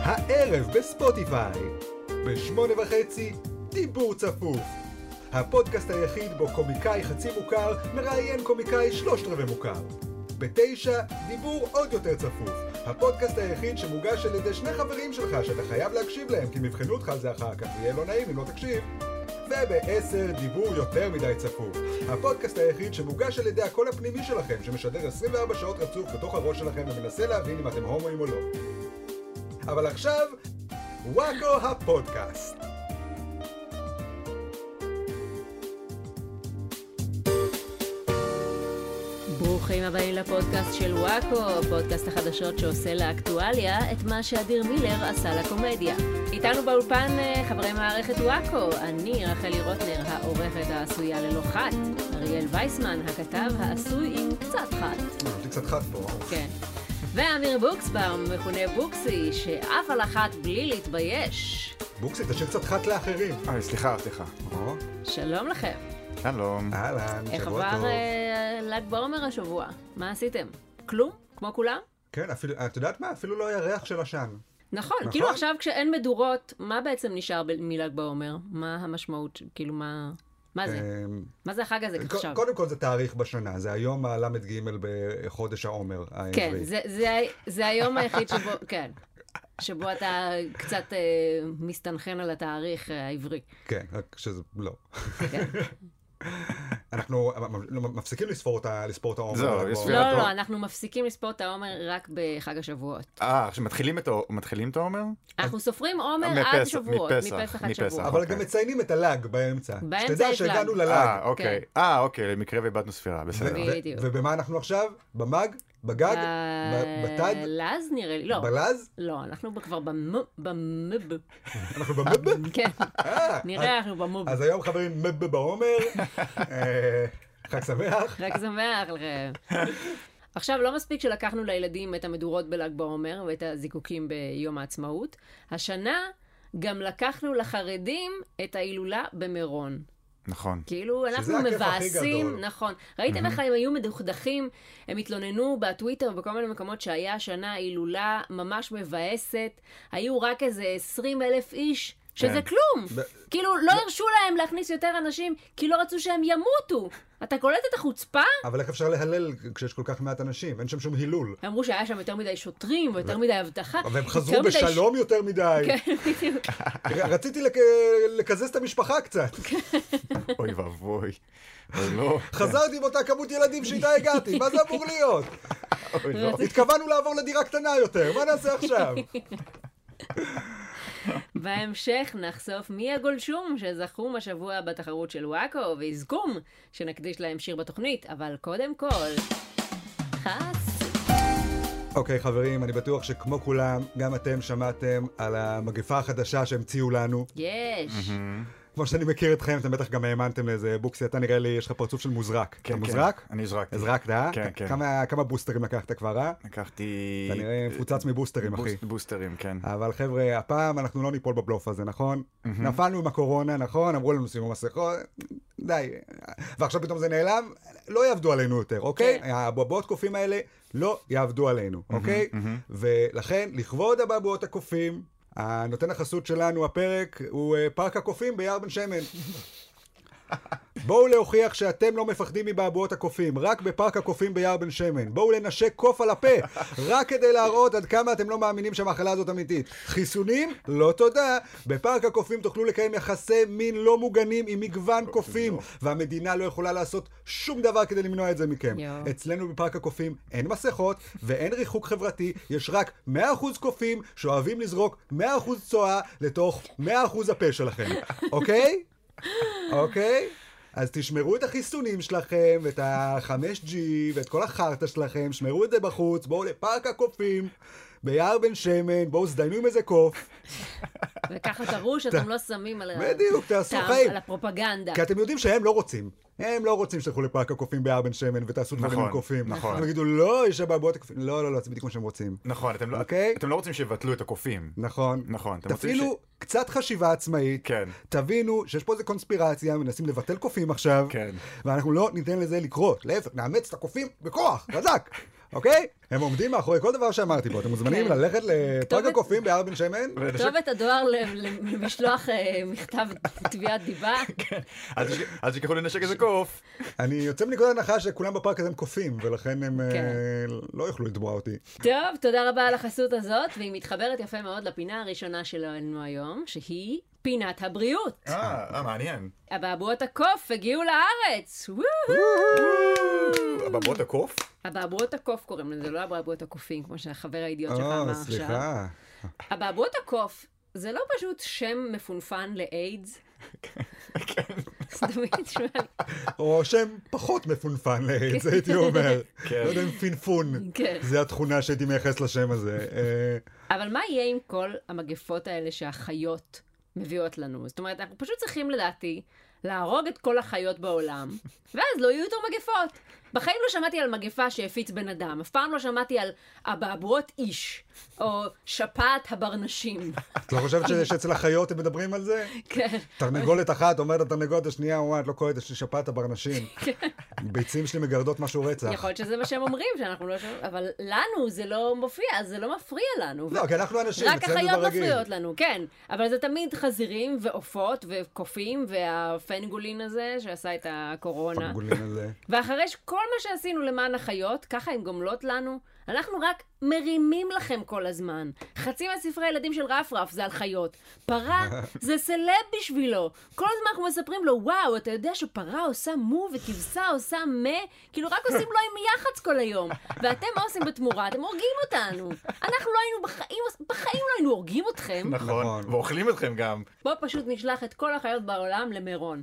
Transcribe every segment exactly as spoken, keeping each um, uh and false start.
הערב בספוטיפיי, בשמונה וחצי, דיבור צפוף. הפודקאסט היחיד בו קומיקאי חצי מוכר מראיין קומיקאי שלושת רבעי מוכר. בתשע, דיבור עוד יותר צפוף. הפודקאסט היחיד שמוגש על ידי שני חברים שלך שאתה חייב להקשיב להם, כי מבחנו אותך על זה אחר כך, ויהיה לא נעים אם לא תקשיב. ובעשר, דיבור יותר מדי צפוף. הפודקאסט היחיד שמוגש על ידי הקול הפנימי שלכם, שמשדר עשרים וארבע שעות רצוף בתוך הראש שלכם ומנסה להבין אם אתם הומואים או לא. אבל עכשיו, וואקו הפודקאסט. ברוכים הבאים לפודקאסט של וואקו, פודקאסט החדשות שעושה לאקטואליה את מה שאדיר מילר עשה לקומדיה. איתנו באולפן חברי מערכת וואקו, אני רחלי רוטנר, העורכת העשויה ללא חת, אריאל וייסמן, הכתב העשוי עם קצת חת. יש לי קצת חת פה. כן. ואמיר בוקסבאום, מכונה בוקסי, שאף על אחת בלי להתבייש. בוקסי, תשאיר קצת חת לאחרים. אה, סליחה, סליחה. שלום לכם. שלום. אהלן, איך שבוע עבר טוב. אה, ל"ג בעומר השבוע? מה עשיתם? כלום? כמו כולם? כן, אפילו, את יודעת מה? אפילו לא היה ריח של עשן. נכון, נכון? כאילו עכשיו כשאין מדורות, מה בעצם נשאר ב- מל"ג בעומר? מה המשמעות? כאילו מה... מה זה? אמ, מה זה החג הזה ק- עכשיו? קודם כל זה תאריך בשנה, זה היום הלמד ג' בחודש העומר העברי. כן, זה- זה ה- זה היום היחיד שבו, כן, שבו אתה קצת אה, מסתנכן על התאריך אה, העברי. כן, רק שזה לא. כן. אנחנו מפסיקים לספור את ה- לספור את העומר. זהו, אבל יש בוא- ספירת לא, העומר. לא, אנחנו מפסיקים לספור את העומר רק בחג השבועות. אה, עכשיו מתחילים את ה- מתחילים את העומר? אנחנו סופרים עומר מפסח, עד שבועות, מפסח, מפסח עד מפסח. שבועות. אבל אוקיי. גם מציינים את הלג באמצע. באמצע שתדע יש שהגענו לג. ללג. אה, אוקיי. כן. אה, אוקיי, למקרה ואיבדנו ספירה, בסדר. ו- בדיוק. ובמה אנחנו עכשיו? במג? בגג? ב- בתד? לז נראה לי, לא. בלז? לא, אנחנו כבר במב, במב. אנחנו במב? כן, אה, נראה אנחנו במוב. אז היום חברים מב בעומר. אה, חג שמח. רק שמח לכם. עכשיו, לא מספיק שלקחנו לילדים את המדורות בל"ג בעומר ואת הזיקוקים ביום העצמאות. השנה גם לקחנו לחרדים את ההילולה במירון. נכון. כאילו, אנחנו שזה הכיף הכי מבאסים, גדול. נכון. ראיתם איך הם היו מדוכדכים? הם התלוננו בטוויטר ובכל מיני מקומות שהיה השנה הילולה ממש מבאסת. היו רק איזה עשרים אלף איש, שזה כן. כלום. ב- כאילו, לא הרשו להם להכניס יותר אנשים, כי לא רצו שהם ימותו. אתה קולט את החוצפה? אבל איך אפשר להלל כשיש כל כך מעט אנשים? אין שם שום הילול. הם אמרו שהיה שם יותר מדי שוטרים ויותר מדי אבטחה. והם חזרו יותר מדי בשלום יותר מדי. כן, בדיוק. רציתי לק- לקזז את המשפחה קצת. אוי ואבוי. אוי לא. חזרתי עם אותה כמות ילדים שאיתה הגעתי, מה זה אמור להיות? אוי לא. התכוונו לעבור לדירה קטנה יותר, מה נעשה עכשיו? בהמשך נחשוף מי הגולשום שזכו השבוע בתחרות של וואקו, ויזכום שנקדיש להם שיר בתוכנית, אבל קודם כל, חס. אוקיי חברים, אני בטוח שכמו כולם, גם אתם שמעתם על המגפה החדשה שהמציאו לנו. יש. כמו שאני מכיר אתכם, אתם בטח גם האמנתם לזה. בוקסי, אתה נראה לי, יש לך פרצוף של מוזרק. כן, אתה כן. מוזרק? אני הזרקתי. הזרקת, אה? כן, כן. כמה- כמה בוסטרים לקחת כבר, אה? לקחתי... אתה נראה מפוצץ מבוסטרים, אחי. בוס- בוסטרים, כן. אבל חבר'ה, הפעם אנחנו לא ניפול בבלוף הזה, נכון? נפלנו עם הקורונה, נכון? אמרו לנו שימו מסכות, די. ועכשיו פתאום זה נעלם, לא יעבדו עלינו יותר, אוקיי? כן. הבעבועות קופים האלה לא יעבדו עלינו, אוקיי? ולכן, לכבוד הבעבועות הקופים, הנותן החסות שלנו, הפרק, הוא אה, פארק הקופים ביער בן שמן. בואו להוכיח שאתם לא מפחדים מבעבועות הקופים, רק בפארק הקופים ביער בן שמן. בואו לנשק קוף על הפה, רק כדי להראות עד כמה אתם לא מאמינים שהמחלה הזאת אמיתית. חיסונים? לא תודה. בפארק הקופים תוכלו לקיים יחסי מין לא מוגנים עם מגוון קופים, והמדינה לא יכולה לעשות שום דבר כדי למנוע את זה מכם. יו. אצלנו בפארק הקופים אין מסכות ואין ריחוק חברתי, יש רק מאה אחוז קופים שאוהבים לזרוק מאה אחוז צואה לתוך מאה אחוז הפה שלכם, אוקיי? אוקיי? אז תשמרו את החיסונים שלכם, ואת ה-חמש ג'י, ואת כל החרטה שלכם, שמרו את זה בחוץ, בואו לפארק הקופים, ביער בן שמן, בואו סדיינו עם איזה קוף. וככה תראו שאתם לא שמים על ה- בדיוק, תעשו טעם, חיים. על הפרופגנדה. כי אתם יודעים שהם לא רוצים. הם לא רוצים שתלכו לפארק הקופים ביער בן שמן ותעשו דברים נכון, עם קופים. נכון. הם יגידו, לא, יש הבעבועות הקופים. לא, לא, לא, זה בדיוק מה שהם רוצים. נכון, אתם לא- אוקיי? אתם לא רוצים שיבטלו את הקופים. נכון. נכון, אתם רוצים תפעילו קצת חשיבה עצמאית. כן. תבינו שיש פה איזה קונספירציה, מנסים לבטל קופים עכשיו. כן. ואנחנו לא ניתן לזה לקרות. להפך, נאמץ את הקופים בכוח, חזק. אוקיי? הם עומדים מאחורי כל דבר שאמרתי בו. אתם מוזמנים ללכת לפארק הקופים בהר בן שמן. כתובת הדואר למשלוח מכתב תביעת דיבה. אל תשכחו לנשק איזה קוף. אני יוצא מנקודת הנחה שכולם בפארק הזה הם קופים, ולכן הם לא יוכלו לתבוע אותי. טוב, תודה רבה על החסות הזאת, והיא מתחברת יפה מאוד לפינה הראשונה שלנו היום, שהיא פינת הבריאות. אה, מעניין. אבעבועות הקוף הגיעו לארץ. אבעבועות הקוף? אבעבועות הקוף קוראים לזה, לא אבעבואות הקופים, כמו שהחבר האידיוט שלך אמר אה, עכשיו. סליחה. אבעבועות הקוף זה לא פשוט שם מפונפן לאיידס? כן. או שם פחות מפונפן לאיידס, הייתי אומר. לא יודע אם פינפון, זה התכונה שהייתי מייחס לשם הזה. אבל מה יהיה עם כל המגפות האלה שהחיות מביאות לנו? זאת אומרת, אנחנו פשוט צריכים לדעתי להרוג את כל החיות בעולם, ואז לא יהיו יותר מגפות. בחיים לא שמעתי על מגפה שהפיץ בן אדם, אף פעם לא שמעתי על אבעבועות איש, או שפעת הברנשים. את לא חושבת שיש אצל החיות הם מדברים על זה? כן. תרנגולת אחת אומרת לתרנגולת השנייה, וואי, את לא קוראת, יש לי שפעת הברנשים. ביצים שלי מגרדות משהו רצח. יכול להיות שזה מה שהם אומרים, שאנחנו לא שומעים, אבל לנו זה לא מופיע, זה לא מפריע לנו. לא, כי אנחנו אנשים, רק אצלנו החיות ברגיל. מפריעות לנו, כן. אבל זה תמיד חזירים ועופות וקופים, והפנגולין הזה שעשה את הקורונה. פנגולין הזה. ואחרי שכל מה שעשינו למען החיות, ככה הן גומלות לנו, אנחנו רק מרימים לכם כל הזמן. חצי מהספרי ילדים של רפרף זה על חיות. פרה זה סלב בשבילו. כל הזמן אנחנו מספרים לו, וואו, אתה יודע שפרה עושה מו וכבשה עושה מה? כאילו רק עושים לו עם יחץ כל היום. ואתם מה עושים בתמורה? אתם הורגים אותנו. אנחנו לא היינו בחיים, בחיים לא היינו הורגים אתכם. נכון, ואוכלים אתכם גם. בוא פשוט נשלח את כל החיות בעולם למירון.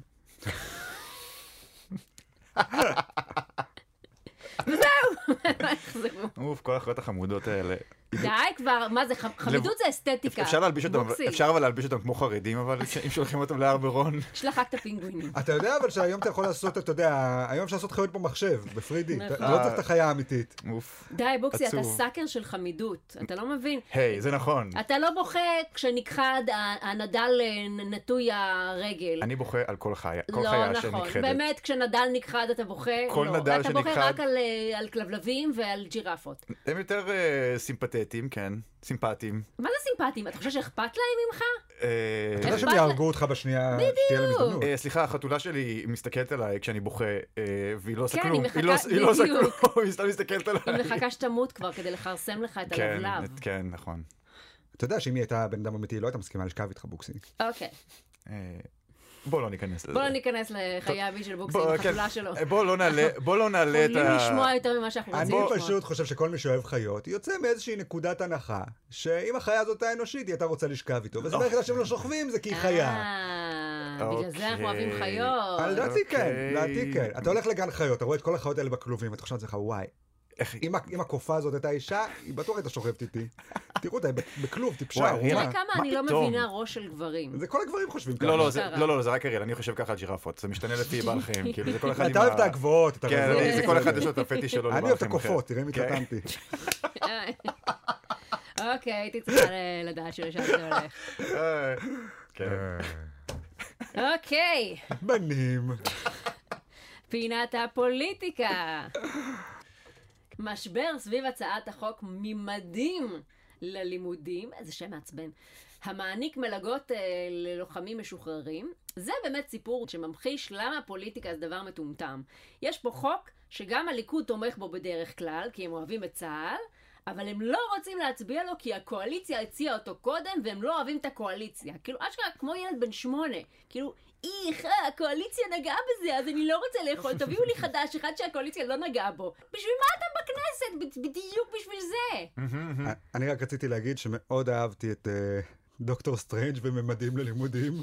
וזהו, אוף, כל החיות החמודות האלה. די כבר, מה זה, חמידות זה אסתטיקה. אפשר להלביש אותם, אפשר אבל להלביש אותם כמו חרדים, אבל אם שולחים אותם להר מירון. שלח רק את הפינגווינים. אתה יודע אבל שהיום אתה יכול לעשות, אתה יודע, היום אפשר לעשות חיות פה מחשב, בפרידי. אתה לא צריך את החיה האמיתית. די, בוקסי, אתה סאקר של חמידות. אתה לא מבין. היי, זה נכון. אתה לא בוכה כשנכחד הנדל נטוי הרגל. אני בוכה על כל חיה, כל לא חיה נכון. שנכחדת. באמת, כשנדל נכחד אתה בוכה? כל לא. נדל אתה שנכחד. בוכה רק על, על כלבלבים ועל ג'ירפות. הם יותר סימפתטיים, כן. סימפטיים. מה זה סימפטיים? אתה חושב שאכפת להם ממך? אתה יודע שהם יהרגו אותך בשנייה שתהיה להם הזדמנות. סליחה, החתולה שלי מסתכלת עליי כשאני בוכה, והיא לא עושה כלום. כן, היא מחכה, היא לא עושה כלום, היא סתם מסתכלת עליי. היא מחכה שתמות כבר כדי לחרסם לך את הלבלב. כן, נכון. אתה יודע שאם היא הייתה בן אדם אמיתי, היא לא הייתה מסכימה לשכב איתך, בוקסי. אוקיי. בוא לא ניכנס לזה. בוא לא ניכנס לחיי אבי של בוקסי עם החתולה שלו. בוא לא נעלה, בוא לא נעלה את ה... יכולים לשמוע יותר ממה שאנחנו רוצים לשמוע. אני פשוט חושב שכל מי שאוהב חיות יוצא מאיזושהי נקודת הנחה, שאם החיה הזאת האנושית, היא הייתה רוצה לשכב איתו. וזה היחידה שהם לא שוכבים, זה כי היא חיה. אה, בגלל זה אנחנו אוהבים חיות. לדעתי כן, לדעתי כן. אתה הולך לגן חיות, אתה רואה את כל החיות האלה בכלובים, אתה חושב לעצמך, וואי. אם הקופה הזאת הייתה אישה, היא בטוח הייתה שוכבת איתי. תראו אותה, בכלוב, טיפשה. תראה כמה אני לא מבינה ראש של גברים. זה כל הגברים חושבים ככה. לא, לא, זה רק אריאל, אני חושב ככה על ג'ירפות. זה משתנה לפי בעל חיים, כאילו זה כל אחד עם ה... אתה אוהב את הגבוהות, אתה כן, זה כל אחד יש לו את הפטיש שלו. אני אוהב את הקופות, תראה אם התלטנתי. אוקיי, הייתי צריכה לדעת שלשם זה הולך. כן. אוקיי. בנים. פינת הפוליטיקה. משבר סביב הצעת החוק ממדים ללימודים, איזה שם מעצבן, המעניק מלגות אה, ללוחמים משוחררים. זה באמת סיפור שממחיש למה הפוליטיקה זה דבר מטומטם. יש פה חוק שגם הליכוד תומך בו בדרך כלל, כי הם אוהבים את צה"ל, אבל הם לא רוצים להצביע לו כי הקואליציה הציעה אותו קודם, והם לא אוהבים את הקואליציה. כאילו, אשכרה כמו ילד בן שמונה. כאילו, איך, הקואליציה נגעה בזה, אז אני לא רוצה לאכול, תביאו לי חדש, אחד שהקואליציה לא נגעה בו. בשביל מה אתם בכנסת? בדיוק בשביל זה. אני רק רציתי להגיד שמאוד אהבתי את דוקטור סטרנג' וממדים ללימודים.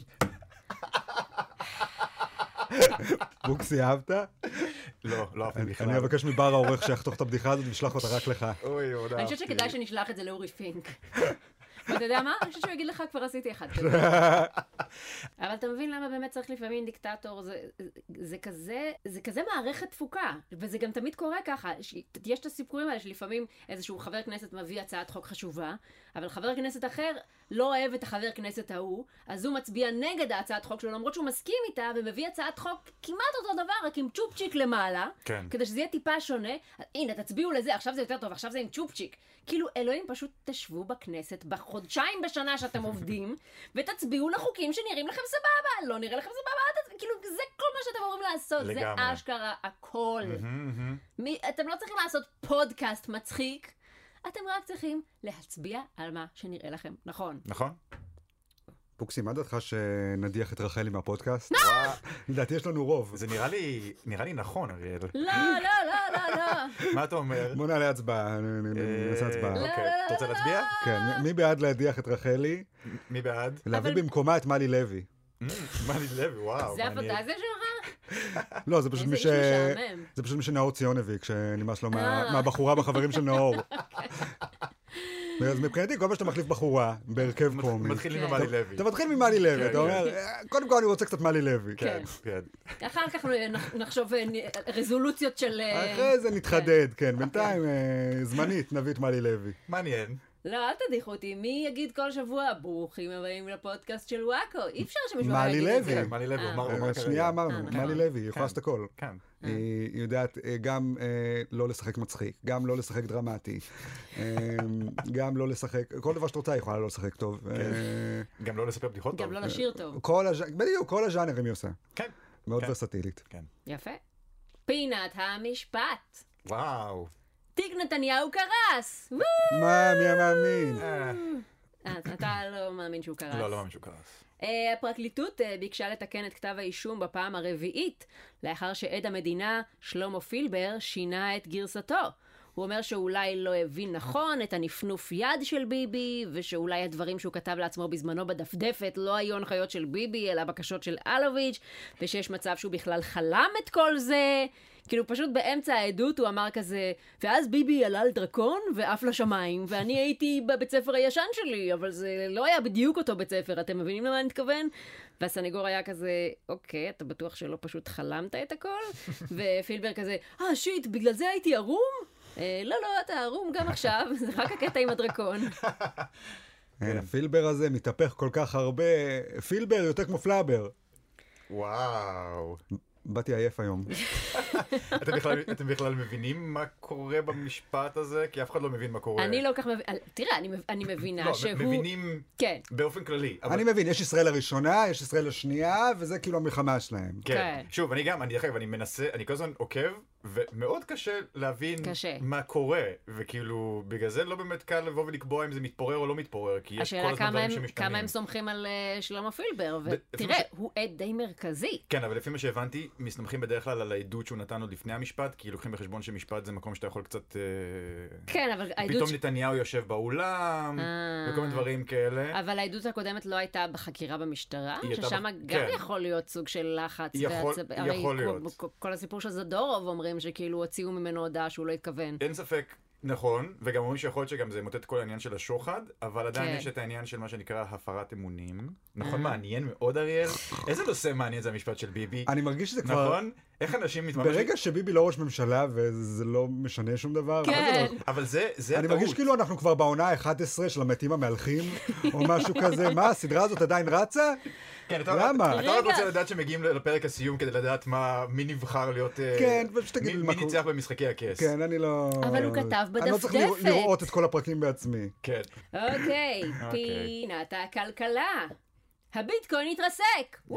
בוקסי, אהבת? לא, לא אהבתי בכלל. אני אבקש מבר העורך שיחתוך את הבדיחה הזאת וישלח אותה רק לך. אוי, עוד אהבתי. אני חושבת שכדאי שנשלח את זה לאורי פינק. ואתה יודע מה? אני חושבת שהוא יגיד לך, כבר עשיתי אחד. אבל אתה מבין למה באמת צריך לפעמים דיקטטור, זה כזה, זה כזה מערכת תפוקה, וזה גם תמיד קורה ככה. יש את הסיפורים האלה שלפעמים איזשהו חבר כנסת מביא הצעת חוק חשובה, אבל חבר כנסת אחר לא אוהב את החבר כנסת ההוא, אז הוא מצביע נגד ההצעת חוק שלו, למרות שהוא מסכים איתה, ומביא הצעת חוק כמעט אותו דבר, רק עם צ'ופצ'יק למעלה, כן. כדי שזה יהיה טיפה שונה. הנה, תצביעו לזה, עכשיו זה יותר טוב, עכשיו זה עם צ'ופצ'יק. כאילו, אלוהים, פשוט תשבו בכנסת בחודשיים בשנה שאתם עובדים, ותצביעו לחוקים שנראים לכם סבבה. לא נראה לכם סבבה, כאילו, זה כל מה שאתם אמורים לעשות. לגמרי. זה אשכרה הכל. מי, אתם לא צריכים לעשות פודקאסט מצחיק, אתם רק צריכים להצביע על מה שנראה לכם נכון. נכון? פוקסי, מה דעתך שנדיח את רחלי מהפודקאסט? לדעתי יש לנו רוב. זה נראה לי, נראה לי נכון, אריאל. לא, לא, לא, לא, לא. מה אתה אומר? בוא נעלה הצבעה, נעשה הצבעה. אוקיי, אתה רוצה להצביע? כן, מי בעד להדיח את רחלי? מי בעד? להביא במקומה את מלי לוי. מלי לוי, וואו. זה הפנטזיה שלך? לא, זה פשוט מי ש... איזה איש משעמם. זה פשוט מי שנאור ציון הביא, כשנמאס לו מהבחורה בחברים של נאור. אז מבחינתי, כל מה שאתה מחליף בחורה, בהרכב קומי. מתחילים ממלי לוי. אתה מתחיל ממלי לוי, אתה אומר, קודם כל אני רוצה קצת מלי לוי. כן, כן. אחר כך נחשוב רזולוציות של... אחרי זה נתחדד, כן. בינתיים, זמנית, נביא את מלי לוי. מעניין. לא, אל תדיחו אותי. מי יגיד כל שבוע, ברוכים הבאים לפודקאסט של וואקו? אי אפשר שמישהו מלי יגיד את זה. לוי. כן, מלי לוי, אמרנו, אמרנו כרגע. שנייה אמרנו, מלי לוי, היא יכולה לעשות הכל. כן. היא יודעת גם לא לשחק מצחיק, גם לא לשחק דרמטי, גם לא לשחק, כל דבר שאת רוצה היא יכולה לא לשחק טוב. גם לא לספר בדיחות טוב. גם לא לשיר טוב. בדיוק, כל הז'אנרים היא עושה. כן. מאוד ורסטילית. כן. יפה. פינת המשפט. וואו. תיק נתניהו קרס. מה, מי המאמין? אתה לא מאמין שהוא קרס. לא, לא מאמין שהוא קרס. הפרקליטות ביקשה לתקן את כתב האישום בפעם הרביעית, לאחר שעד המדינה, שלמה פילבר, שינה את גרסתו. הוא אומר שאולי לא הבין נכון את הנפנוף יד של ביבי, ושאולי הדברים שהוא כתב לעצמו בזמנו בדפדפת לא היו הנחיות של ביבי, אלא בקשות של אלוביץ', ושיש מצב שהוא בכלל חלם את כל זה. כאילו פשוט באמצע העדות הוא אמר כזה, ואז ביבי עלה על דרקון ועף לשמיים, ואני הייתי בבית ספר הישן שלי, אבל זה לא היה בדיוק אותו בית ספר, אתם מבינים למה אני מתכוון? והסניגור היה כזה, אוקיי, אתה בטוח שלא פשוט חלמת את הכל? ופילבר כזה, אה שיט, בגלל זה הייתי ערום? אה, לא, לא, אתה ערום גם עכשיו, זה רק הקטע עם הדרקון. פילבר הזה מתהפך כל כך הרבה, פילבר יותר כמו פלאבר. וואו. באתי עייף היום. אתם בכלל, אתם בכלל מבינים מה קורה במשפט הזה? כי אף אחד לא מבין מה קורה. אני לא כך מבין, תראה, אני, אני מבינה לא, שהוא... מבינים כן. באופן כללי. אבל... אני מבין, יש ישראל הראשונה, יש ישראל השנייה, וזה כאילו המלחמה שלהם. כן. כן. שוב, אני גם, אני דרך אגב, אני מנסה, אני כל הזמן עוקב, ומאוד קשה להבין קשה. מה קורה, וכאילו, בגלל זה לא באמת קל לבוא ולקבוע אם זה מתפורר או לא מתפורר, כי יש כל הזמן דברים השאלה שמשתנים. כמה הם סומכים על uh, שלמה פילבר, ותראה, ש... הוא עד די מרכזי. כן, אבל לפי מה שהבנתי, מסתמכים בדרך כלל על העדות שהוא נתן עוד לפני המשפט, כי לוקחים בחשבון שמשפט זה מקום שאתה יכול קצת... כן, אבל העדות... פתאום נתניהו יושב באולם, וכל מיני דברים כאלה. אבל העדות הקודמת לא הייתה בחקירה במשטרה, ששם גם יכול להיות סוג של לחץ. יכול להיות. כל הסיפור של זדורוב אומרים שכאילו הוציאו ממנו הודעה שהוא לא התכוון. אין ספק, נכון, וגם אומרים שיכול להיות שגם זה מוטט כל העניין של השוחד, אבל עדיין יש את העניין של מה שנקרא הפרת אמונים. נכון, מעניין מאוד אריאל. איזה נושא מעניין זה המשפט של ביבי? אני מרגיש שזה כבר... נכון? איך אנשים מתממש... ברגע שביבי לא ראש ממשלה וזה לא משנה שום דבר. כן. אבל זה הטעות. אני מרגיש כאילו אנחנו כבר בעונה ה-אחת עשרה של המתים המהלכים, או משהו כזה. מה, הסדרה הזאת עדיין רצה? כן, למה? אתה רק רוצה לדעת שמגיעים לפרק הסיום כדי לדעת מי נבחר להיות... כן, ושתגיד... מי ניצח במשחקי הכס. כן, אני לא... אבל הוא כתב בדפדפת. אני לא צריך לראות את כל הפרקים בעצמי. כן. אוקיי, פינת הכלכלה. הביטקוין התרסק!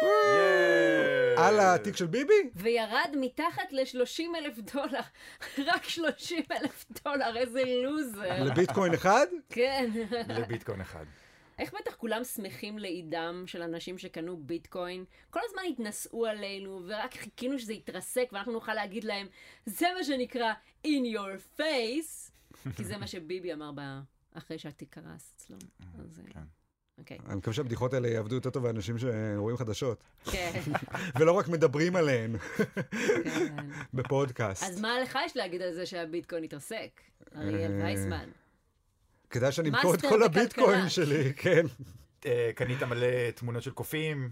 על התיק של ביבי? וירד מתחת ל-שלושים אלף דולר. רק שלושים אלף דולר, איזה לוזר. לביטקוין אחד? כן. לביטקוין אחד. איך בטח כולם שמחים לעידם של אנשים שקנו ביטקוין? כל הזמן התנסו עלינו, ורק חיכינו שזה יתרסק, ואנחנו נוכל להגיד להם, זה מה שנקרא in your face, כי זה מה שביבי אמר אחרי שהתיק קרס אצלו. אז... Okay. אני מקווה שהבדיחות האלה יעבדו יותר טוב לאנשים שרואים חדשות. כן. ולא רק מדברים עליהן. בפודקאסט. אז מה לך יש להגיד על זה שהביטקוין יתרסק? אריאל וייסמן. כדאי שאני אמכור את כל הביטקוין שלי, כן. קנית מלא תמונות של קופים.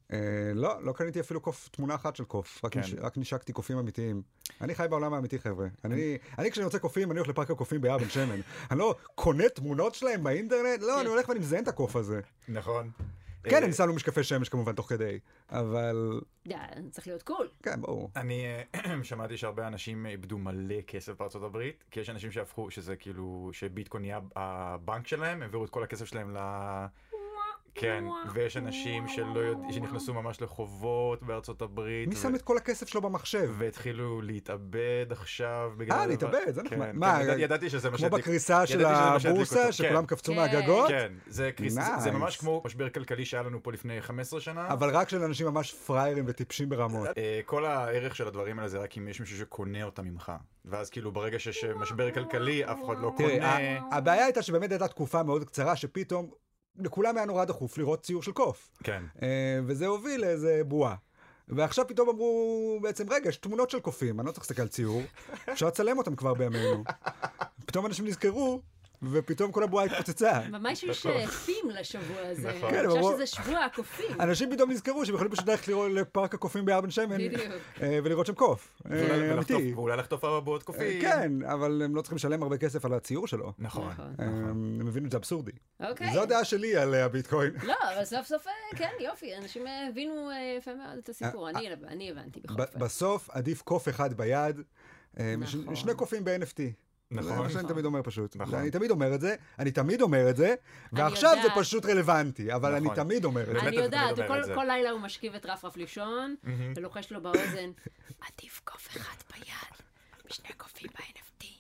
לא, לא קניתי אפילו קוף, תמונה אחת של קוף, רק נשקתי קופים אמיתיים. אני חי בעולם האמיתי, חבר'ה. אני כשאני רוצה קופים, אני הולך לפארק הקופים ביער בן שמן. אני לא קונה תמונות שלהם באינטרנט, לא, אני הולך ואני מזיין את הקוף הזה. נכון. כן, אני שם לו משקפי שמש כמובן תוך כדי, אבל... צריך להיות קול. כן, ברור. אני שמעתי שהרבה אנשים איבדו מלא כסף בארצות הברית, כי יש אנשים שהפכו, שזה כאילו, שביטקוין נהיה הבנק שלהם, העבירו את כל הכסף שלהם ל... כן, ויש אנשים שלא יודעים, שנכנסו ממש לחובות בארצות הברית. מי שם את כל הכסף שלו במחשב? והתחילו להתאבד עכשיו. אה, להתאבד, זה נחמד. מה, ידעתי שזה מה כמו בקריסה של הבורסה, שכולם קפצו מהגגות? כן, זה ממש כמו משבר כלכלי שהיה לנו פה לפני חמש עשרה שנה. אבל רק של אנשים ממש פריירים וטיפשים ברמות. כל הערך של הדברים האלה זה רק אם יש מישהו שקונה אותם ממך. ואז כאילו ברגע שיש משבר כלכלי, אף אחד לא קונה. הבעיה הייתה שבאמת הייתה תקופה מאוד קצרה שפתאום לכולם היה נורא דחוף לראות ציור של קוף. כן. וזה הוביל לאיזה בועה. ועכשיו פתאום אמרו בעצם, רגע, יש תמונות של קופים, אני לא צריך להסתכל על ציור, אפשר לצלם אותם כבר בימינו. פתאום אנשים נזכרו, ופתאום כל הבועה התפוצצה. ממש יש פים לשבוע הזה. נכון. אני חושב שזה שבוע הקופים. אנשים פתאום נזכרו שהם יכולים פשוט ללכת לפארק הקופים ביער בן שמן, ולראות שם קוף. אמיתי. ואולי לחטוף אבעבועות קופים. כן, אבל הם לא צריכים לשלם הרבה כסף על הציור שלו. נכון. הם מבינו את זה אבסורדי. אוקיי. זו הדעה שלי על הביטקוין. לא, אבל סוף סוף, כן, יופי, אנשים הבינו יפה מאוד את הסיפור. אני הבנתי בכל אופן. בסוף עדיף קוף אחד ביד, שני קופים ב-אן אף טי. נכון. זה מה שאני תמיד אומר פשוט. נכון. אני תמיד אומר את זה, אני תמיד אומר את זה, ועכשיו זה פשוט רלוונטי, אבל אני תמיד אומר את זה. אני יודעת, כל לילה הוא משכיב את רפרף לישון, ולוחש לו באוזן, עדיף קוף אחד ביד, משני קופים ב-אן אף טי.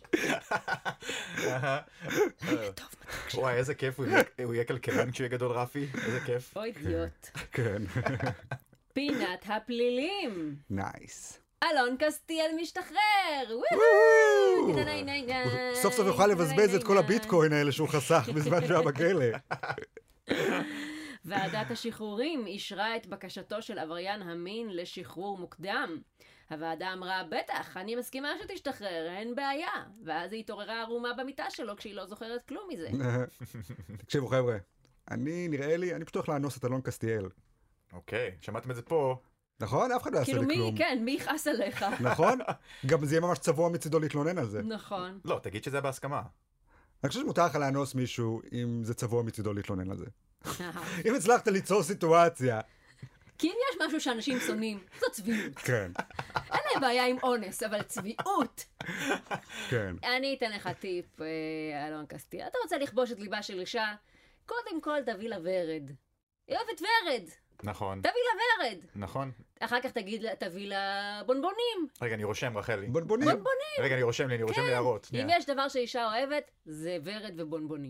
לילה טוב, מתוק. וואי, איזה כיף, הוא יהיה כלכלן כשהוא יהיה גדול רפי, איזה כיף. אוי אידיוט. כן. פינת הפלילים. נייס. אלון קסטיאל משתחרר! סוף סוף יוכל לבזבז את כל הביטקוין האלה שהוא חסך בזמן שהיה בכלא. ועדת השחרורים אישרה את בקשתו של עבריין המין לשחרור מוקדם. הוועדה אמרה, בטח, אני מסכימה שתשתחרר, אין בעיה. ואז היא התעוררה ערומה במיטה שלו כשהיא לא זוכרת כלום מזה. תקשיבו חבר'ה, אני נראה לי, אני פשוט הולך לאנוס את אלון קסטיאל. אוקיי, שמעתם את זה פה. נכון? אף אחד לא יעשה לי כלום. כאילו מי, כן, מי יכעס עליך? נכון? גם זה יהיה ממש צבוע מצידו להתלונן על זה. נכון. לא, תגיד שזה היה בהסכמה. אני חושב שמותר לך לאנוס מישהו אם זה צבוע מצידו להתלונן על זה. אם הצלחת ליצור סיטואציה. כי אם יש משהו שאנשים שונאים, זו צביעות. כן. אין להם בעיה עם אונס, אבל צביעות. כן. אני אתן לך טיפ, אלון קסטיאל. אתה רוצה לכבוש את ליבה של אישה? קודם כל תביא לה ורד. היא אוהבת ורד. נכון. תביא לה ורד. נכון. אחר כך תגיד, תביא לה בונבונים. רגע, אני רושם, רחלי. בונבונים? בונבונים. רגע, אני רושם לי, אני רושם לי הערות. אם יש דבר שאישה אוהבת, זה ורד ובונבונים.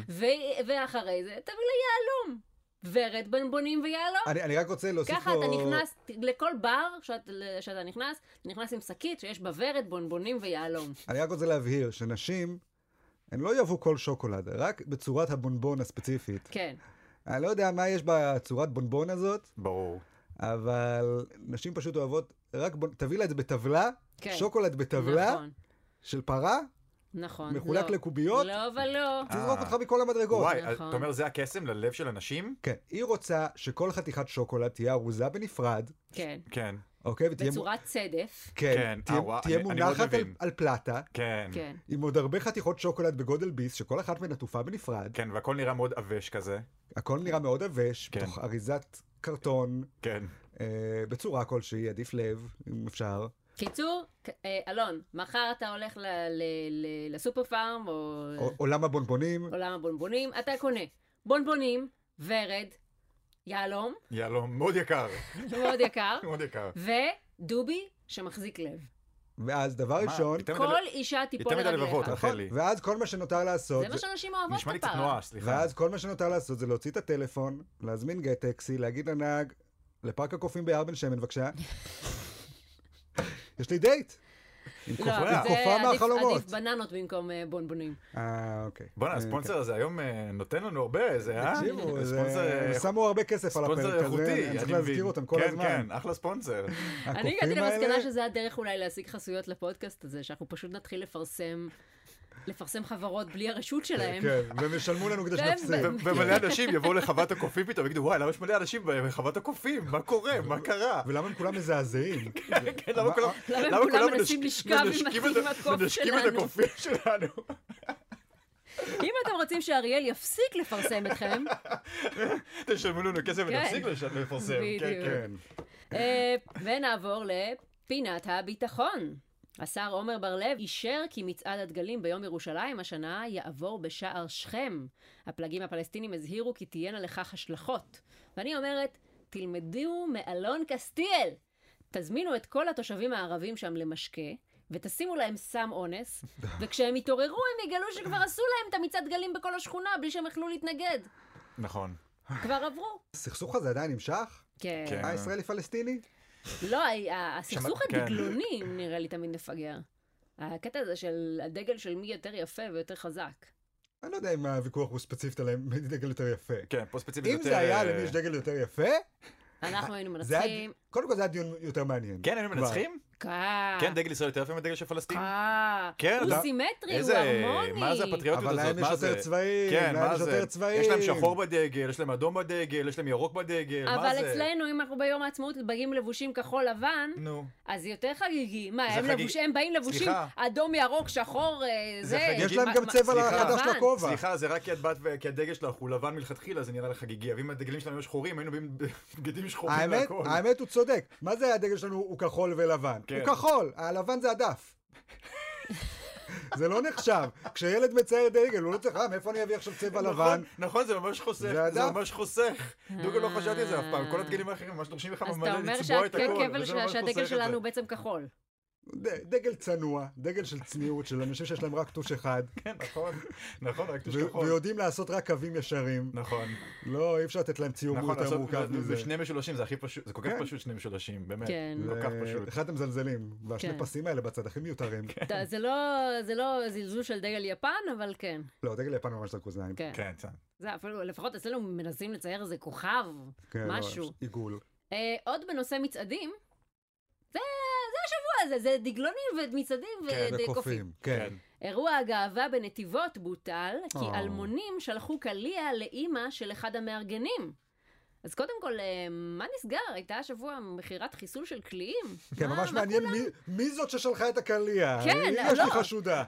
ואחרי זה, תביא לה יעלום. ורד, בונבונים ויעלום. אני רק רוצה להוסיף פה... ככה אתה נכנס, לכל בר שאתה נכנס, אתה נכנס עם שקית שיש בה ורד, בונבונים ויעלום. אני רק רוצה להבהיר שנשים, הן לא יאהבו כל שוקולד, רק בצורת הבונבון הספציפית. כן. אני לא יודע מה יש בצורת בונבון הזאת. ברור. אבל נשים פשוט אוהבות, רק תביא לה את זה בטבלה, כן. שוקולד בטבלה, נכון. של פרה, נכון. מחולק לא. לקוביות. לא ולא. תזרוק אותך מכל המדרגות. וואי, נכון. אתה אומר זה הקסם ללב של אנשים? כן. היא רוצה שכל חתיכת שוקולד תהיה ארוזה בנפרד. כן. כן. אוקיי, בצורת צדף. כן, כן. תהיה, אה, תהיה אני, מונחת אני על, על פלטה. כן. כן. עם עוד הרבה חתיכות שוקולד בגודל ביס, שכל אחת מן עטופה בנפרד. כן, והכל נראה מאוד עבש כזה. הכל נראה מאוד עבש, כן. בתוך אריזת קרטון. כן. אה, בצורה כלשהי, עדיף לב, אם אפשר. קיצור, אה, אלון, מחר אתה הולך ל- ל- ל- לסופר פארם, או... עולם הבונבונים. עולם הבונבונים, אתה קונה בונבונים, ורד, יעלום. יעלום, מאוד יקר. מאוד יקר. מאוד יקר. ודובי שמחזיק לב. ואז דבר ראשון... כל אישה תיפול לרגליך. ואז כל מה שנותר לעשות... זה מה שאנשים אוהבות נשמע לי קצת תנועה, סליחה. ואז כל מה שנותר לעשות זה להוציא את הטלפון, להזמין גט טקסי, להגיד לנהג, לפארק הקופים ביער בן שמן, בבקשה. יש לי דייט. עם קופה מהחלומות. עדיף בננות במקום בונבונים. אה, אוקיי. בוא'נה, הספונסר הזה היום נותן לנו הרבה, זה, אה? תקשיבו, שמו הרבה כסף על הפרק הזה, אני צריך להזכיר אותם כל הזמן. כן, כן, אחלה ספונסר. אני הגעתי למסקנה שזה הדרך אולי להשיג חסויות לפודקאסט הזה, שאנחנו פשוט נתחיל לפרסם לפרסם חברות בלי הרשות שלהם. כן, והם ישלמו לנו כדי שנפסיד. ומלא אנשים יבואו לחוות הקופים פתאום, ויגידו, וואי, למה יש מלא אנשים בחוות הקופים? מה קורה? מה קרה? ולמה הם כולם מזעזעים? כן, למה כולם... למה הם כולם מנסים לשכב עם הקוף מנשקים את שלנו? הקופים שלנו? אם אתם רוצים שאריאל יפסיק לפרסם אתכם, תשלמו לנו כסף ונפסיק לפרסם. בדיוק. אה, ונעבור לפינת הביטחון. השר עומר בר-לב אישר כי מצעד הדגלים ביום ירושלים השנה יעבור בשער שכם. הפלגים הפלסטינים הזהירו כי תהיינה לכך השלכות. ואני אומרת, תלמדו מאלון קסטיאל. תזמינו את כל התושבים הערבים שם למשקה, ותשימו להם סם אונס, וכשהם יתעוררו הם יגלו שכבר עשו להם את המצעד דגלים בכל השכונה, בלי שהם יכלו להתנגד. נכון. כבר עברו. הסכסוך הזה עדיין נמשך? כן. הישראלי-פלסטיני? לא, הסכסוך הדגלוני נראה לי תמיד מפגר. הקטע הזה של הדגל של מי יותר יפה ויותר חזק. אני לא יודע אם הוויכוח הוא ספציפית עליהם, מי דגל יותר יפה. כן, פה ספציפית יותר... אם זה היה למי יש דגל יותר יפה... אנחנו היינו מנצחים. קודם כל זה היה דיון יותר מעניין. כן, היינו מנצחים? כן. דגל ישראל יותר יפה מדגל של פלסטין? כן. הוא סימטרי, הוא הרמוני. מה זה הפטריוטיות הזאת? אבל להם יש יותר צבעים, להם יש יותר צבעים. יש להם שחור בדגל, יש להם אדום בדגל, יש להם ירוק בדגל, מה זה? אבל אצלנו, אם אנחנו ביום העצמאות באים לבושים כחול לבן, אז זה יותר חגיגי. מה, הם באים לבושים אדום, ירוק, שחור, זה... יש להם גם צבע חדש לכובע. סליחה, זה רק כי את באת כי הדגל שלך הוא לבן מלכתחילה, זה נראה לך חגיגי. אבל אם הדגלים שלנו היו שחורים, היינו בגדים שחורים והכל. האמת הוא צודק. מה זה הדגל שלנו הוא כחול ולבן? הוא כחול, הלבן זה הדף. זה לא נחשב. כשילד מצייר דגל, הוא לא צריך, אה, מאיפה אני אביא עכשיו צבע לבן? נכון, זה ממש חוסך. זה ממש חוסך. דוגל לא חשבתי את זה אף פעם. כל הדגלים האחרים ממש דורשים לך ממלא לצבוע את הכל. אז אתה אומר שהדגל שלנו הוא בעצם כחול. דגל צנוע, דגל של צניעות, של אנשים שיש להם רק טוש אחד. כן, נכון, נכון, רק טוש כחול. ויודעים לעשות רק קווים ישרים. נכון. לא, אי אפשר לתת להם ציור יותר מורכב מזה. ושני משולשים, זה הכי פשוט, זה כל כך פשוט שני משולשים, באמת. כל כך פשוט. אחד הם מזלזלים, והשני פסים האלה בצד הכי מיותרים. זה לא זלזול של דגל יפן, אבל כן. לא, דגל יפן ממש זרקוזניים. כן, זה אפילו, לפחות אצלנו מנסים לצייר איזה כוכב, משהו. עיגול. עוד בנושא מצעדים, זה השבוע הזה, זה דגלונים ומצעדים וקופים. כן. אירוע הגאווה בנתיבות בוטל, כי אלמונים שלחו קליע לאימא של אחד המארגנים. אז קודם כל, מה נסגר? הייתה השבוע מכירת חיסול של קליעים? כן, ממש מעניין מי זאת ששלחה את הקליע. כן, לא. יש לי חשודה.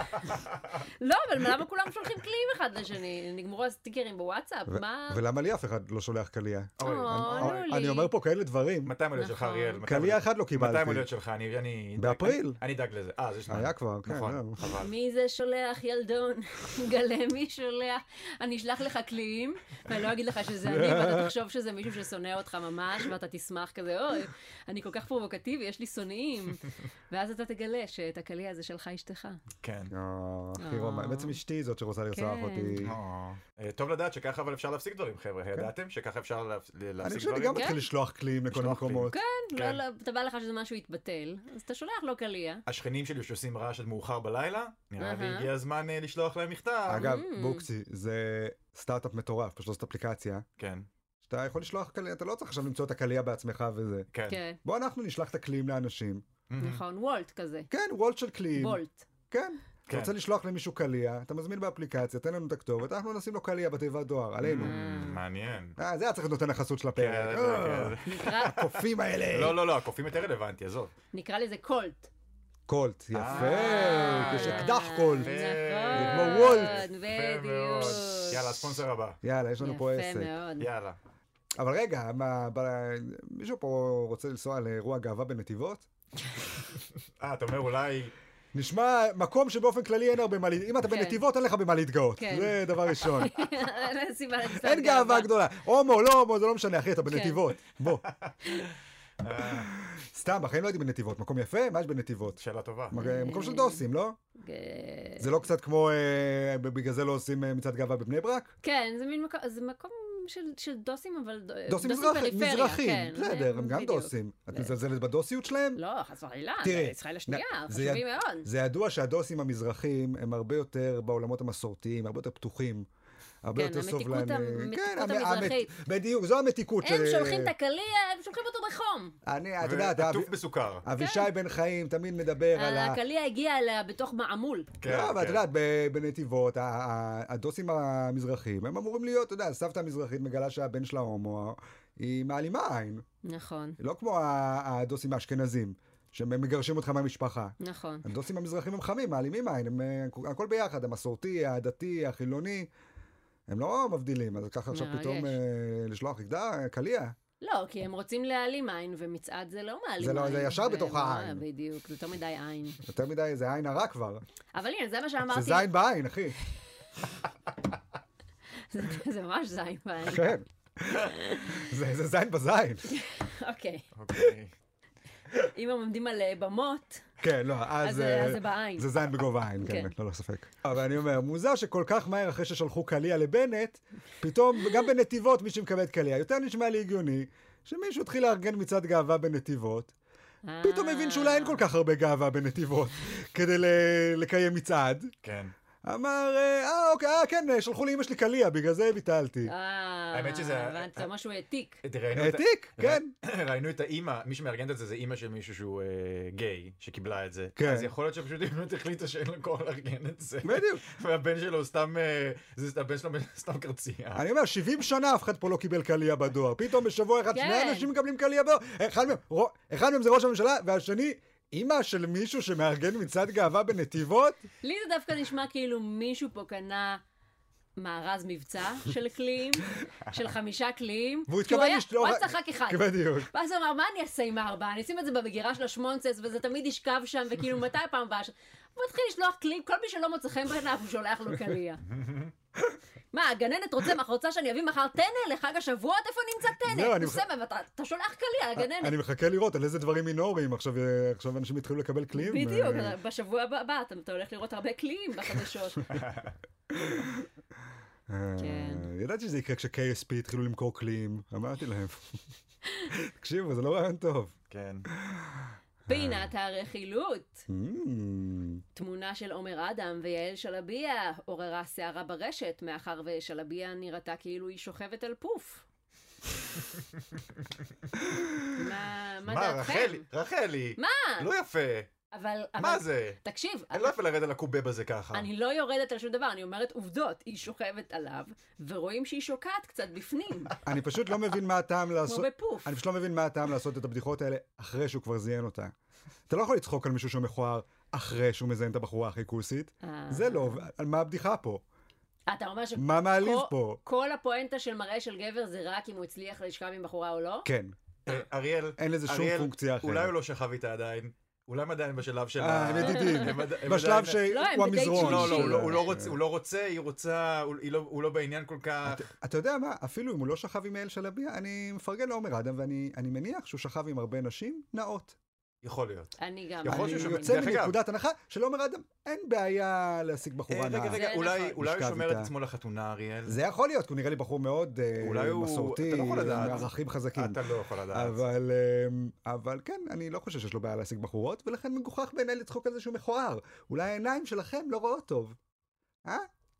לא, אבל למה כולם שולחים קליעים אחד לשני? נגמרו הסטיקרים בוואטסאפ, מה? ולמה לי אף אחד לא שולח קליע? או, נו לי. אני אומר פה כאלה דברים. מתי המולדת שלך, אריאל? קליע אחד לא קיבלתי. מתי המולדת שלך? באפריל. אני אדאג לזה. אה, זה שניים. היה כבר, כן. מי זה שולח, ילדון? גלה, מי שולח? אני אשלח לך קליעים, ואני לא אגיד לך שזה אני, ואתה תחשוב שזה מישהו ששונא אותך ממש, ואתה תשמח כזה, אוי, אני כל כך פרובוקטיבי, יש לי שונאים. ואז אתה תגלה שאת הקליע הזה שלך אשתך. כן. בעצם אשתי זאת שרוצה לרצוח אותי. טוב לדעת שככה אבל אפשר להפסיק דברים, חבר'ה. ידעתם שככה אפשר להפסיק דברים? אני חושב שגם מתחיל לשלוח קליעים לכל המקומות. כן, אתה בא לך שזה משהו יתבטל, אז אתה שולח לו קליע. השכנים שלי שעושים רעש עד מאוחר בלילה, נראה לי הגיע הזמן לשלוח להם מכתב. אגב, בוקסי, זה סטארט-אפ מטורף, פשוט זאת אפליקציה. כן. שאתה יכול לשלוח קליע, אתה לא צריך עכשיו למצוא את הקליע בעצמך וזה. כן. בוא אנחנו נשלח את הקליעים לאנשים. נכון, וולט כזה. כן, וולט של קליעים. וולט. כן. אתה רוצה לשלוח למישהו קליע, אתה מזמין באפליקציה, תן לנו את הכתובת, אנחנו נשים לו קליע בתיבת דואר, עלינו. מעניין. אה, זה היה צריך נותן החסות של הפרק. הקופים האלה. לא, לא, לא, הקופים יותר רלוונטי, עזוב. נקרא לזה קולט. קולט, יפה, יש אקדח קולט. נכון, כמו וולט. בדיוק. יאללה, הספונסר הבא. יאללה, יש לנו פה עסק. יפה מאוד. יאללה. אבל רגע, מישהו פה רוצה לנסוע לאירוע גאווה בנתיבות? אה, אתה אומר אולי... נשמע מקום שבאופן כללי אין הרבה מה להתגאות. אם אתה בנתיבות, אין לך במה להתגאות. זה דבר ראשון. אין גאווה גדולה. הומו, לא הומו, זה לא משנה, אחי, אתה בנתיבות. בוא. סתם, בחיים לא הייתי בנתיבות. מקום יפה? מה יש בנתיבות? שאלה טובה. מקום של דוסים, לא? זה לא קצת כמו, בגלל זה לא עושים מצעד גאווה בבני ברק? כן, זה מקום של דוסים, אבל דוסים מזרחים. בסדר, הם גם דוסים. את מזלזלת בדוסיות שלהם? לא, חס וחלילה, זה ישראל השנייה, חשובים מאוד. זה ידוע שהדוסים המזרחים הם הרבה יותר בעולמות המסורתיים, הרבה יותר פתוחים. הרבה כן, יותר המתיקות סובלני. המתיקות המזרחית. בדיוק, זו המתיקות הם שולחים את הקליע, הם שולחים אותו בחום. אני, את יודעת, ועטוף בסוכר. אבישי בן חיים תמיד מדבר על ה... הקליע הגיע אליה בתוך מעמול. לא, אבל את יודעת, בנתיבות, הדוסים המזרחים, הם אמורים להיות, אתה יודע, סבתא המזרחית מגלה שהבן שלה הומו, היא מעלימה עין. נכון. לא כמו הדוסים האשכנזים, שהם מגרשים אותך מהמשפחה. נכון. הדוסים המזרחים הם חמים, מעלימים עין, הם הכל ביחד, המסורתי, הדתי, החילוני, הם לא מבדילים, אז ככה עכשיו פתאום לשלוח יגדה, קליע. לא, כי הם רוצים להעלים עין, ומצעד זה לא מעלים זה לא, עין. זה ישר בתוך העין. בדיוק, זה יותר מדי עין. יותר מדי, זה עין הרע כבר. אבל הנה, זה מה שאמרתי. זה זין בעין, אחי. זה ממש זין בעין. כן. זה זין בזין. אוקיי. אוקיי. אם הם עומדים על במות, כן, לא, אז זה בעין. זה זין בגובה עין, כן, לא, לא ספק. אבל אני אומר, מוזר שכל כך מהר אחרי ששלחו קליע לבנט, פתאום, גם בנתיבות מי שמקבל את קליע, יותר נשמע לי הגיוני, שמישהו התחיל לארגן מצעד גאווה בנתיבות, פתאום הבין שאולי אין כל כך הרבה גאווה בנתיבות, כדי לקיים מצעד. כן. אמר, אה, אוקיי, אה, כן, שלחו לאמא שלי קליע, בגלל זה ביטלתי. אה, האמת שזה... זה משהו העתיק. העתיק, כן. ראינו את האמא, מי שמארגנת את זה, זה אמא של מישהו שהוא גיי, שקיבלה את זה. כן. אז יכול להיות שפשוט אמא החליטה שאין לו כוח לארגן את זה. בדיוק. והבן שלו סתם, הבן שלו סתם קרצייה. אני אומר, שבעים שנה אף אחד פה לא קיבל קליע בדואר. פתאום בשבוע אחד שני אנשים מקבלים קליע בדואר. אחד מהם זה ראש הממשלה, והשני... אמא של מישהו שמארגן מצעד גאווה בנתיבות? לי זה דווקא נשמע כאילו מישהו פה קנה מארז מבצע של קליעים, של חמישה קליעים. והוא התכוון לשלוח... הוא היה צחק אחד. בדיוק. ואז הוא אמר, מה אני אעשה עם הארבעה? אני אשים את זה במגירה של השמונצס, וזה תמיד ישכב שם, וכאילו מתי פעם הבאה? הוא מתחיל לשלוח קליעים, כל מי שלא מוצא חן בעיניו הוא שולח לו קליע. מה, הגננת רוצה, רוצה שאני אביא מחר טנא לחג השבועות? איפה נמצא טנא? הוא סבב, אתה שולח קליע לגננת. אני מחכה לראות על איזה דברים מינוריים. עכשיו אנשים התחילו לקבל קליעים. בדיוק, בשבוע הבא אתה הולך לראות הרבה קליעים בחדשות. כן. ידעתי שזה יקרה כש-קיי אס פי התחילו למכור קליעים. אמרתי להם. תקשיבו, זה לא רעיון טוב. כן. פינת הרכילות. תמונה של עומר אדם ויעל שלביה עוררה שערה ברשת, מאחר ושלביה נראתה כאילו היא שוכבת על פוף. מה דעתכם? רחלי, רחלי. מה? לא יפה. אבל... מה זה? תקשיב. אני לא יפה לרדת על הקובב הזה ככה. אני לא יורדת על שום דבר, אני אומרת עובדות. היא שוכבת עליו, ורואים שהיא שוקעת קצת בפנים. אני פשוט לא מבין מה הטעם לעשות... כמו בפוף. אני פשוט לא מבין מה הטעם לעשות את הבדיחות האלה אחרי שהוא כבר זיין אותה. אתה לא יכול לצחוק על מישהו שהוא מכוער אחרי שהוא מזיין את הבחורה הכי כוסית. זה לא, על מה הבדיחה פה? אתה אומר ש... מה מעליב פה? כל הפואנטה של מראה של גבר זה רק אם הוא הצליח לשכב עם בחורה או לא? כן. אריאל, אין לזה שום פונקציה אחרת. אולי הוא לא שכב איתה עדיין. אולי הם עדיין בשלב של... אה, הם ידידים. בשלב שהוא המזרון. לא, לא, הוא לא רוצה, היא רוצה, הוא לא בעניין כל כך. אתה יודע מה, אפילו אם הוא לא שכב עם יעל שלביה, אני מפרגן לעומר אדם, ואני מניח שהוא שכב עם הרבה נשים נאות. יכול להיות. אני גם. אני יוצא מנקודת הנחה שלעומר אדם אין בעיה להשיג בחורה נאה. רגע, רגע, אולי הוא שומר את עצמו לחתונה, אריאל. זה יכול להיות, כי הוא נראה לי בחור מאוד מסורתי, עם ערכים חזקים. אתה לא יכול לדעת. אבל כן, אני לא חושב שיש לו בעיה להשיג בחורות, ולכן מגוחך בעיניי לצחוק על זה שהוא מכוער. אולי העיניים שלכם לא רואות טוב. אה?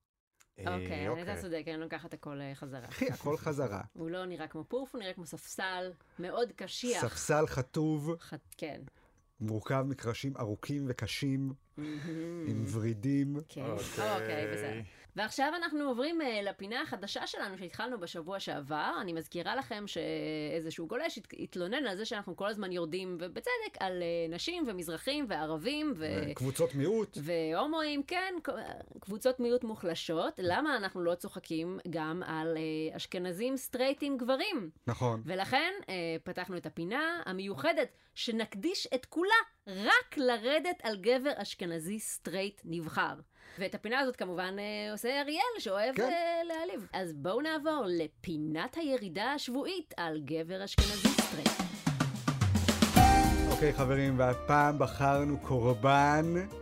אוקיי, אני אתה צודק, אני לוקחת הכל חזרה. אחי, הכל חזרה. הוא לא נראה כמו פוף, הוא נראה כמו ספסל, מאוד קשיח. ספסל חטוב. כן. מורכב מקרשים ארוכים וקשים, עם ורידים. כן, אוקיי, בסדר. ועכשיו אנחנו עוברים לפינה החדשה שלנו שהתחלנו בשבוע שעבר. אני מזכירה לכם שאיזשהו גולש התלונן על זה שאנחנו כל הזמן יורדים, ובצדק, על נשים ומזרחים וערבים. קבוצות מיעוט. והומואים, כן, קבוצות מיעוט מוחלשות. למה אנחנו לא צוחקים גם על אשכנזים סטרייטים גברים? נכון. ולכן פתחנו את הפינה המיוחדת שנקדיש את כולה רק לרדת על גבר אשכנזי סטרייט נבחר. ואת הפינה הזאת כמובן עושה אריאל שאוהב כן. להעליב. אז בואו נעבור לפינת הירידה השבועית על גבר אשכנזי סטרייט. אוקיי חברים, והפעם בחרנו קורבן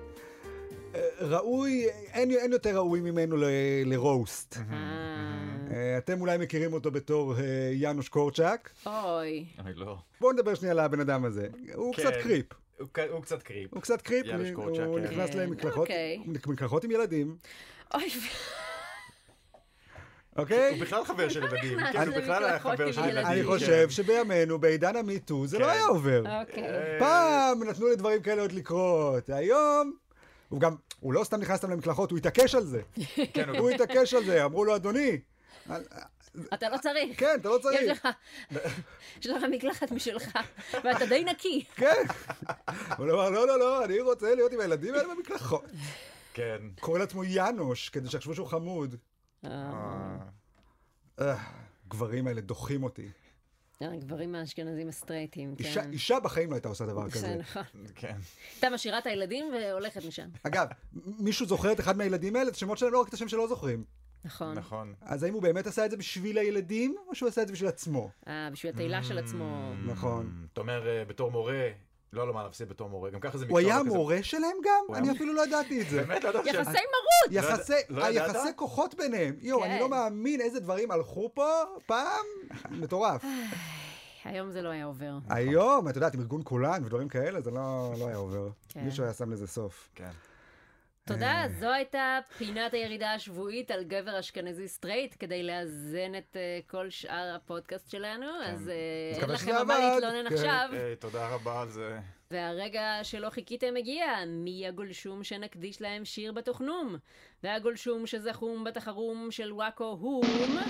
ראוי, אין, אין יותר ראוי ממנו ל, לרוסט. אתם אולי מכירים אותו בתור יאנוש קורצ'אק. אוי. אני לא. בואו נדבר שנייה על הבן אדם הזה. הוא קצת קריפ. הוא קצת קריפ. הוא קצת קריפ, הוא נכנס למקלחות עם ילדים. אוי. אוקיי? הוא בכלל חבר של ילדים. נכנס כן, הוא בכלל היה למקלחות חבר עם של ילדים. ילדים. אני חושב שבימינו, בעידן המיטו, זה לא כן. היה עובר. אוקיי. פעם נתנו לדברים כאלה עוד לקרות. היום, הוא גם, הוא לא סתם נכנס להם למקלחות, הוא התעקש על זה. כן, הוא- הוא התעקש על זה, אמרו לו, אדוני, אתה לא צריך. כן, אתה לא יש צריך. לך, יש לך מקלחת משלך, ואתה די נקי. כן. הוא אמר, לא, לא, לא, אני רוצה להיות עם הילדים האלה במקלחות. כן. קורא לעצמו יאנוש, כדי שיחשבו שהוא חמוד. אה, אה, גברים האלה דוחים אותי. גברים האשכנזים הסטרייטים, אישה- כן. אישה בחיים לא הייתה עושה דבר זה כזה. נכון. כן. אתה משאירה את הילדים והולכת משם. אגב, מישהו זוכר את אחד מהילדים האלה? את השמות שלהם לא רק את השם שלא זוכרים. נכון. נכון. אז האם הוא באמת עשה את זה בשביל הילדים, או שהוא עשה את זה בשביל עצמו? אה, בשביל התהילה של עצמו. נכון. אתה אומר, אה, בתור מורה, לא לא מה להפסיד בתור מורה, גם ככה זה הוא מקצוע היה כזה- מורה שלהם גם? הוא אני היה- אפילו לא ידעתי את זה. באמת לא ידעתי. יחסי מרות! יחסי, לא ידעת? היחסי כוחות ביניהם. יואו, כן. אני לא מאמין איזה דברים הלכו פה פעם. מטורף. היום זה לא היה עובר. היום, את יודעת, עם ארגון כולן ודברים כאלה, זה לא לא היה עובר. כן. מישהו היה שם לזה סוף. כן. תודה, זו הייתה פינת הירידה השבועית על גבר אשכנזי סטרייט, כדי לאזן את אה, כל שאר הפודקאסט שלנו, אז אה, אין מקווה לכם שזה על מה עבד. להתלונן כן. עכשיו. היי, תודה רבה על זה. והרגע שלא חיכיתם הגיע, מי הגולשום שנקדיש להם שיר בתוכנום? והגולשום שזכום בתחרום של וואקו הום...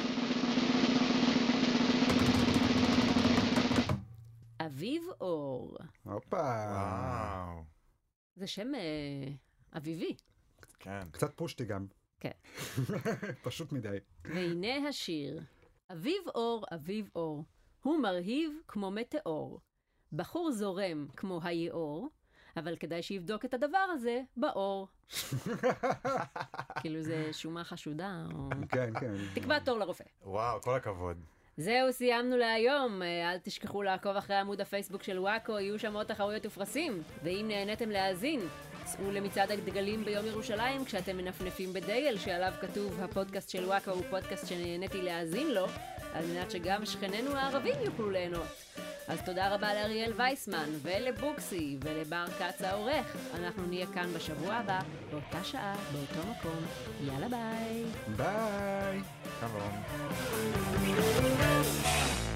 אביב אור. הופה. וואו. זה שם אה, אביבי. כן. קצת פושטי גם. כן. פשוט מדי. והנה השיר. אביב אור, אביב אור, הוא מרהיב כמו מטאור. בחור זורם כמו היאור, אבל כדאי שיבדוק את הדבר הזה באור. כאילו זה שומה חשודה, או... כן, כן. תקבע תור לרופא. וואו, כל הכבוד. זהו, סיימנו להיום. אל תשכחו לעקוב אחרי עמוד הפייסבוק של וואקו, יהיו שם עוד תחרויות ופרסים. ואם נהניתם להאזין, צאו למצעד הדגלים ביום ירושלים כשאתם מנפנפים בדגל שעליו כתוב הפודקאסט של וואקו הוא פודקאסט שנהניתי להאזין לו, על מנת שגם שכנינו הערבים יוכלו ליהנות. אז תודה רבה לאריאל וייסמן ולבוקסי ולבר קץ העורך. אנחנו נהיה כאן בשבוע הבא, באותה שעה, באותו מקום. יאללה ביי. ביי. שלום.